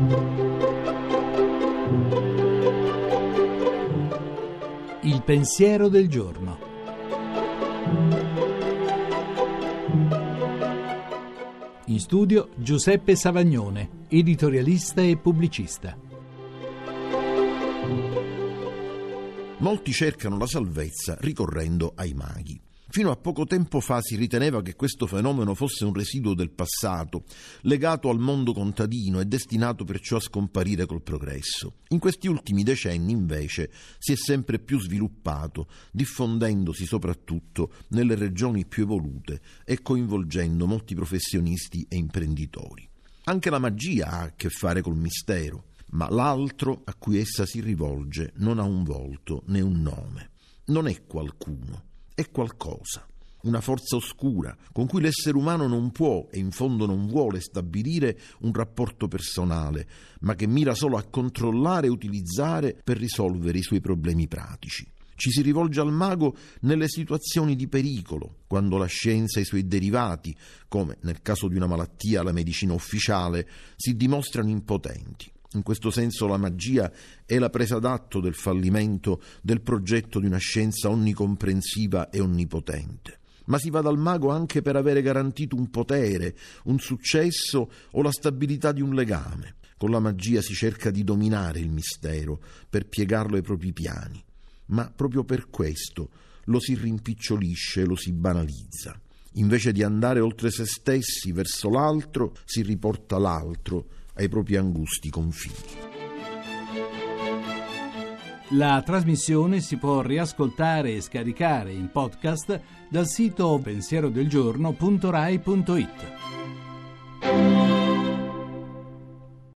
Il pensiero del giorno. In studio Giuseppe Savagnone, editorialista e pubblicista. Molti cercano la salvezza ricorrendo ai maghi. Fino a poco tempo fa si riteneva che questo fenomeno fosse un residuo del passato, legato al mondo contadino e destinato perciò a scomparire col progresso. In questi ultimi decenni, invece, si è sempre più sviluppato, diffondendosi soprattutto nelle regioni più evolute e coinvolgendo molti professionisti e imprenditori. Anche la magia ha a che fare col mistero, ma l'altro a cui essa si rivolge non ha un volto né un nome. Non è qualcuno. È qualcosa, una forza oscura con cui l'essere umano non può e in fondo non vuole stabilire un rapporto personale, ma che mira solo a controllare e utilizzare per risolvere i suoi problemi pratici. Ci si rivolge al mago nelle situazioni di pericolo, quando la scienza e i suoi derivati, come nel caso di una malattia la medicina ufficiale, si dimostrano impotenti. In questo senso la magia è la presa d'atto del fallimento del progetto di una scienza onnicomprensiva e onnipotente. Ma si va dal mago anche per avere garantito un potere, un successo o la stabilità di un legame. Con la magia si cerca di dominare il mistero per piegarlo ai propri piani. Ma proprio per questo lo si rimpicciolisce e lo si banalizza. Invece di andare oltre se stessi verso l'altro, si riporta l'altro ai propri angusti confini. La trasmissione si può riascoltare e scaricare in podcast dal sito pensierodelgiorno.rai.it.